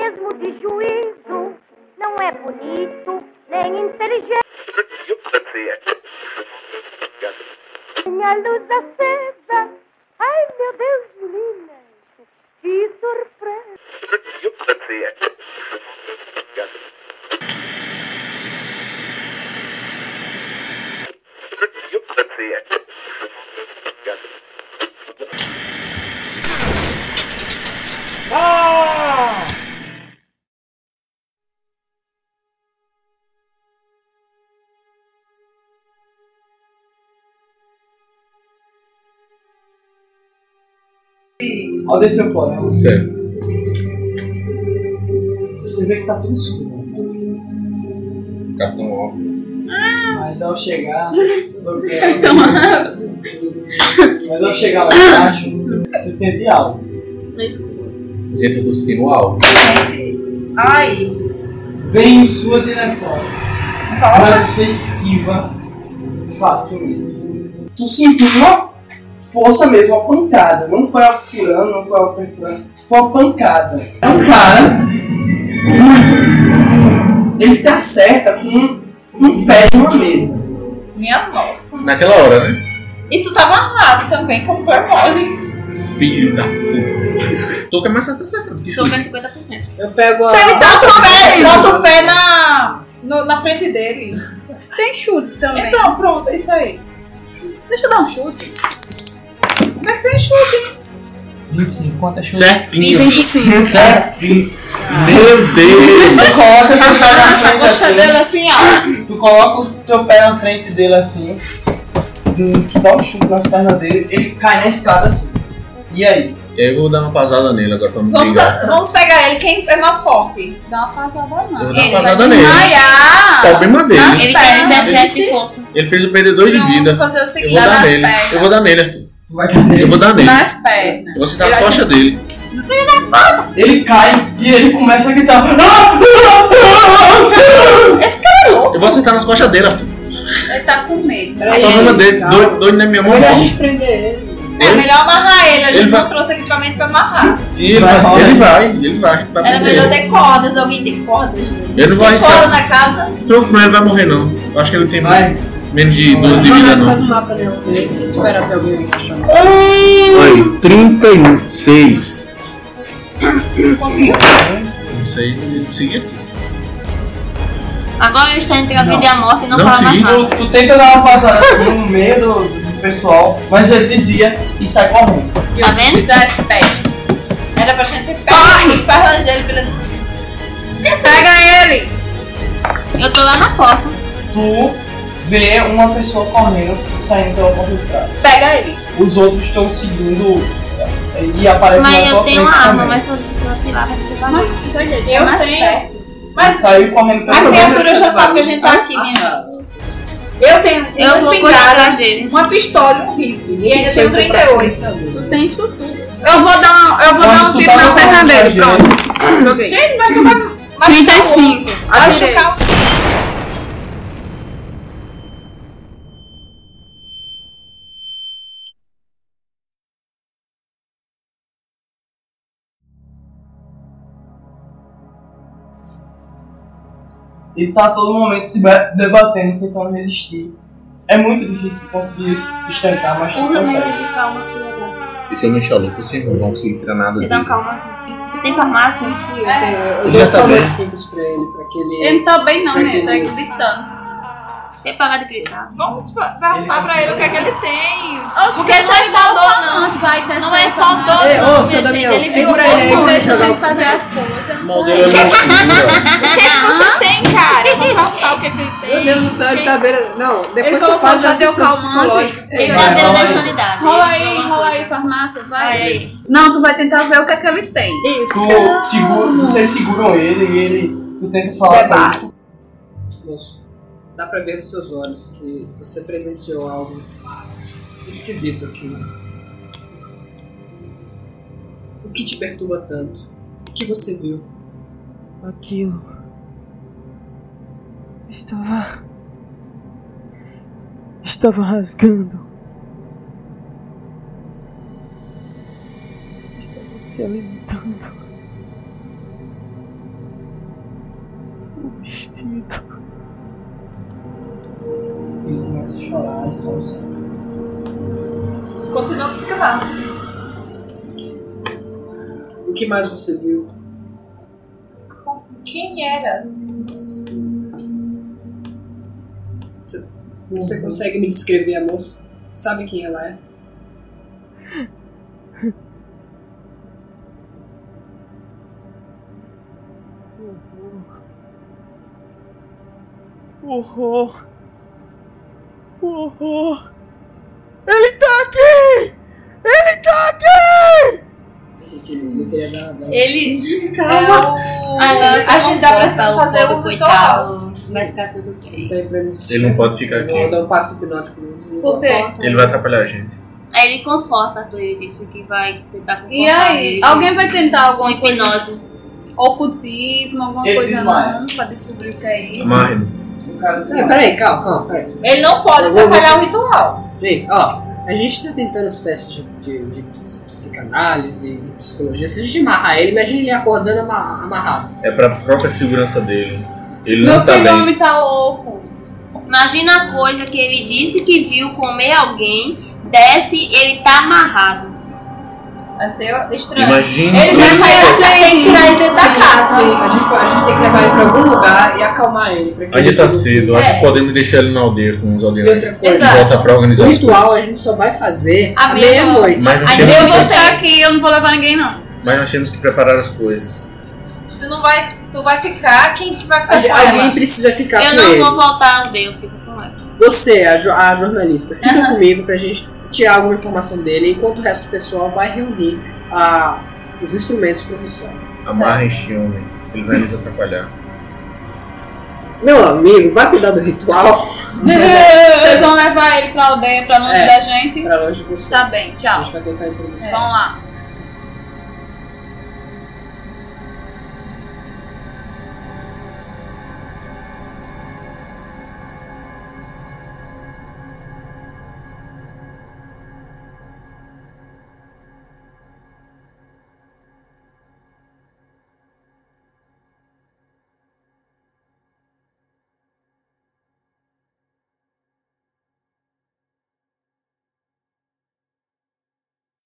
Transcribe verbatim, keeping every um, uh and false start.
mesmo de juízo, não é bonito, nem inteligente. Minha luz acesa, ai meu Deus, menina, que surpresa. Ah! Olha esse seu porão. Certo. Você vê que tá tudo escuro. Capitão Óbvio. Mas ao chegar. Então, Mas ao chegar lá embaixo, você sente algo. no escuro. Gente do sino alto. Ai, Vem em sua direção. Mas você esquiva facilmente. Tu sentiu uma força mesmo, uma pancada. Não foi algo furando, não foi algo perfurando. Foi uma pancada. É um cara. Ele te acerta com um, um pé de uma mesa. minha nossa. Naquela hora, né? E tu tava armado também, como tu é mole. Filho da puta. Tô que é mais acertado que isso. Tô com cinquenta por cento. Eu pego Se ele a... bota o pé, bota o pé na, no- na frente dele. Tem chute também. Então, pronto, é isso aí. Deixa eu dar um chute. Como é que tem chute? vinte e cinco, quanto é chute? Certinho. vinte e cinco. Certinho. Meu Deus. Tu coloca teu pé na frente Coxa dele assim. assim, ó. Tu coloca o teu pé na frente dele assim. Tu dá um chute nas pernas dele, ele cai na escada assim. E aí? E aí eu vou dar uma pasada nele agora pra me Vamos, brigar. vamos pegar ele, quem é mais forte? Dá uma passada Eu não. vou dar Ele uma vai pasada nele. Desmaiar. Problema dele. Nas Ele pernas. tem dezessete de força. Ele fez o perdedor de Vamos vida. fazer o Eu seguinte. vou Dá dar nas nele. pernas. Eu vou dar nele, Arthur. Tu vai cair. Eu vou dar nele. Nas pernas. Eu vou sentar Ele na costa acha- dele. Ele cai e ele começa a gritar. "Ah, ah, ah, Esse cara é louco. Eu vou sentar nas costas dele, Arthur. Ele tá com medo. O problema dele, doido, doido na minha mão. Melhor a não. gente prender ele. É melhor amarrar ele, a gente Ele não vai- trouxe equipamento pra amarrar. Sim, ele Vai, vai, rola ele aí. vai, ele vai. vai Era prender melhor ele. ter cordas, alguém tem cordas, gente. Eu não vou Tem corda arriscar. na casa? Pronto, mas ele vai morrer não. Eu acho que ele não tem Vai. menos de doze de O vida Ronaldo não. faz um mata nele. Ele espera até alguém achar. Oi, trinta e seis. Conseguiu. Não sei se conseguir. Agora ele está entre a Não. vida e a morte e não, Não fala consegui. mais nada. Tu, tu tenta dar uma passada assim no meio do, do pessoal, mas ele dizia e sai correndo. Tá vendo? Fizesse peste. Era pra gente ter pego as pernas dele pra ele não... Pega ele. Eu tô lá na porta. Tu vê uma pessoa correndo e saindo pela porta de trás. Pega ele. Os outros estão seguindo e aparecem Mas na tua eu tenho frente uma arma, também. mas se eu se eu atirar vai ter barulho. Então ele Eu tá mais tenho. perto. Mas saiu correndo pela A porta. criatura já sabe que a gente tá aqui, minha gente. Eu tenho Eu uma vou espingarda, correr atrás dele. uma pistola e um rifle. E ainda tenho trinta e oito. Tu tem isso tudo. Eu vou dar um, eu vou Quando dar um tu tiro tava na perna correndo dele. atrás Pronto. Joguei. Gente, mas tu vai machucar trinta e o- cinco. vai Atirei. machucar o... Ele tá a todo momento se ba- debatendo, tentando resistir. É muito difícil conseguir estancar, mas tu Porra, consegue. né? Tem calma aqui, olha. E se eu mexer louco, vocês não vão conseguir tirar nada Você dele. dá um calma aqui. Tu tem farmácia? Sim, sim, eu tenho. Eu Ele dou já tá calmante bem. simples pra ele, pra que ele. Ele não tá bem não, Pra né? Ele tá que ele- gritando. Tem parar de gritar. Vamos pa- Ele perguntar pra ele o que é que continua. ele tem. Oxe, Porque deixa não é ele só dor, voltar, não. tu vai testar Não é essa só massa. dor, Ei, não, ô, minha seu gente. Daniel, Ele segura virou ele aí, louco. vai Deixa a jogar gente o fazer papel. as coisas. O mal dele é loucura. O que é que você tem, cara? Eu vou perguntar o que é que ele tem. Meu Deus do céu, ele tá vendo. Não, Ele depois você colocou faz a fazer o sessão calmante. psicológica. Ele Vai, vai ter rola da aí. insanidade. Rola Ele aí, falou uma rola coisa. aí, farmácia, vai. Vai aí. Não, tu vai tentar ver o que é que ele tem. Tu segura, vocês seguram ele e ele. Tu tenta falar com Debate. ele. Moço, dá pra ver nos seus olhos que você presenciou algo es- esquisito aqui. O que te perturba tanto? O que você viu? Aquilo estava estava rasgando, estava se alimentando. sentido. Ele começa a chorar e só o sangue. Continua a psicanálise. O que mais você viu? Quem era? Você, você consegue me descrever a moça? Sabe quem ela é? Horror. Horror. Ele tá aqui! Ele tá aqui! Gente, ele não queria dar nada. Ele. Calma! A, a gente tá precisando fazer um ritual. Vai ficar tudo bem. Tá aí pra mim. Ele não pode ficar Eu vou aqui. dar um passo hipnótico no Por quê? Ele vai atrapalhar a gente. Aí ele conforta, Arthur. Ele disse que vai tentar confortar E aí? ele. Alguém vai tentar Com alguma coisa? hipnose. Ocultismo, alguma Ele coisa desmaia. não? Pra descobrir o que é isso? Amarre-no. O cara É, desmaia. peraí, calma, calma, peraí. Ele não pode Eu vou- atrapalhar o vou- ritual. Gente, ó, a gente tá tentando os testes de, de, de ps- psicanálise, de psicologia. Se a gente amarrar ele, imagina ele acordando ama- amarrado. É pra própria segurança dele. Ele Meu não tá filho bem. homem tá louco. Imagina a coisa que ele disse que viu comer alguém, desce, ele tá amarrado. Vai ser estranho. Imagina. Ele já Mas saiu, eu já tem que sei. tirar ele dentro da casa. Sim, a gente, a gente tem que levar ele pra algum lugar e acalmar ele. Pra que Ainda ele tá não- cedo. Acho É. que podemos deixar ele na aldeia com os E aldeões. outra coisa, Exato. Volta pra organizar o as ritual a coisas. gente só vai fazer À à meia-noite. meia-noite. Mas nós, Aí temos Eu que, vou Você- ficar aqui, eu não vou levar ninguém não. mas nós temos que preparar as coisas. Tu não vai. Tu vai ficar, quem que vai A ficar gente- com ela? alguém precisa ficar Eu com não ele. vou voltar à aldeia, eu fico com ela. Você, a, jo- a jornalista, fica comigo pra gente tirar alguma informação dele, enquanto o resto do pessoal vai reunir ah, os instrumentos pro ritual. Amarra este homem. Ele vai nos atrapalhar. Meu amigo, vai cuidar do ritual Vocês vão levar ele pra aldeia pra longe É. da gente? pra longe de vocês. Tá bem, A tchau. gente vai tentar entrevistar. Vamos lá.